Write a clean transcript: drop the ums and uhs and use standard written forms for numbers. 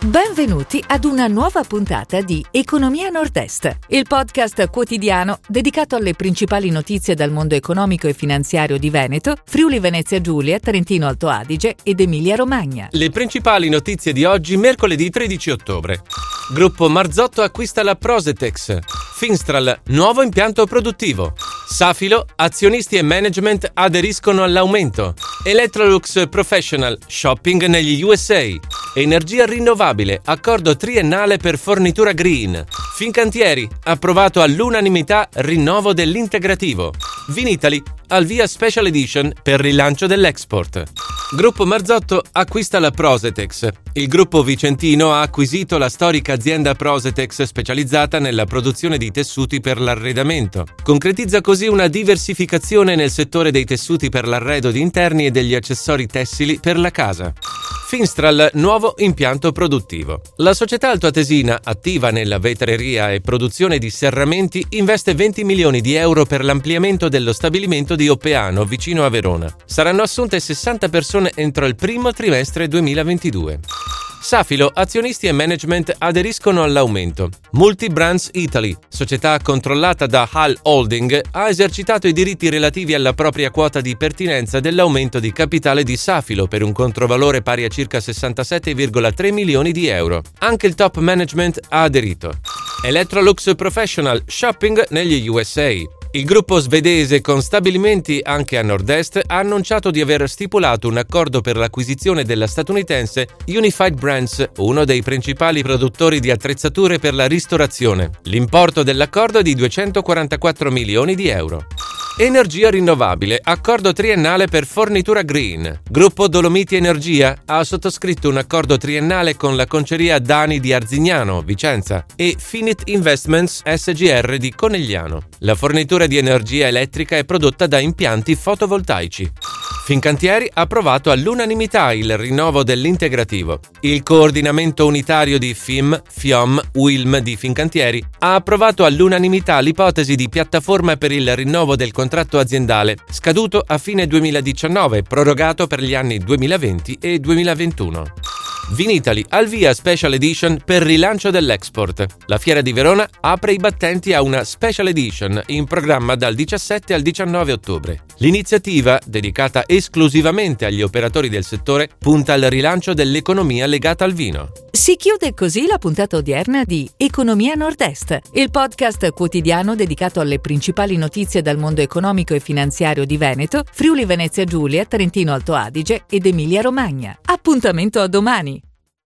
Benvenuti ad una nuova puntata di Economia Nord-Est, il podcast quotidiano dedicato alle principali notizie dal mondo economico e finanziario di Veneto, Friuli Venezia Giulia, Trentino Alto Adige ed Emilia Romagna. Le principali notizie di oggi, mercoledì 13 ottobre. Gruppo Marzotto acquista la Prosetex. Finstral, nuovo impianto produttivo. Safilo, azionisti e management aderiscono all'aumento. Electrolux Professional, shopping negli USA. Energia rinnovabile, accordo triennale per fornitura green. Fincantieri, approvato all'unanimità rinnovo dell'integrativo. Vinitaly, al via Special Edition per rilancio dell'export. Gruppo Marzotto acquista la Prosetex. Il gruppo vicentino ha acquisito la storica azienda Prosetex specializzata nella produzione di tessuti per l'arredamento. Concretizza così una diversificazione nel settore dei tessuti per l'arredo di interni e degli accessori tessili per la casa. Finstral, nuovo impianto produttivo. La società altoatesina, attiva nella vetreria e produzione di serramenti, investe 20 milioni di euro per l'ampliamento dello stabilimento di Oppeano, vicino a Verona. Saranno assunte 60 persone entro il primo trimestre 2022. Safilo, azionisti e management aderiscono all'aumento. Multibrands Italy, società controllata da HAL Holding, ha esercitato i diritti relativi alla propria quota di pertinenza dell'aumento di capitale di Safilo per un controvalore pari a circa 67,3 milioni di euro. Anche il top management ha aderito. Electrolux Professional, shopping negli USA. Il gruppo svedese con stabilimenti anche a nord-est ha annunciato di aver stipulato un accordo per l'acquisizione della statunitense Unified Brands, uno dei principali produttori di attrezzature per la ristorazione. L'importo dell'accordo è di 244 milioni di euro. Energia rinnovabile, accordo triennale per fornitura green. Gruppo Dolomiti Energia ha sottoscritto un accordo triennale con la conceria Dani di Arzignano, Vicenza, e Finit Investments SGR di Conegliano. La fornitura di energia elettrica è prodotta da impianti fotovoltaici. Fincantieri ha approvato all'unanimità il rinnovo dell'integrativo. Il coordinamento unitario di FIM, FIOM, UILM di Fincantieri ha approvato all'unanimità l'ipotesi di piattaforma per il rinnovo del contratto aziendale, scaduto a fine 2019, prorogato per gli anni 2020 e 2021. Vinitaly, al via Special Edition per rilancio dell'export. La Fiera di Verona apre i battenti a una Special Edition in programma dal 17 al 19 ottobre. L'iniziativa, dedicata esclusivamente agli operatori del settore, punta al rilancio dell'economia legata al vino. Si chiude così la puntata odierna di Economia Nord-Est, il podcast quotidiano dedicato alle principali notizie dal mondo economico e finanziario di Veneto, Friuli Venezia Giulia, Trentino Alto Adige ed Emilia Romagna. Appuntamento a domani!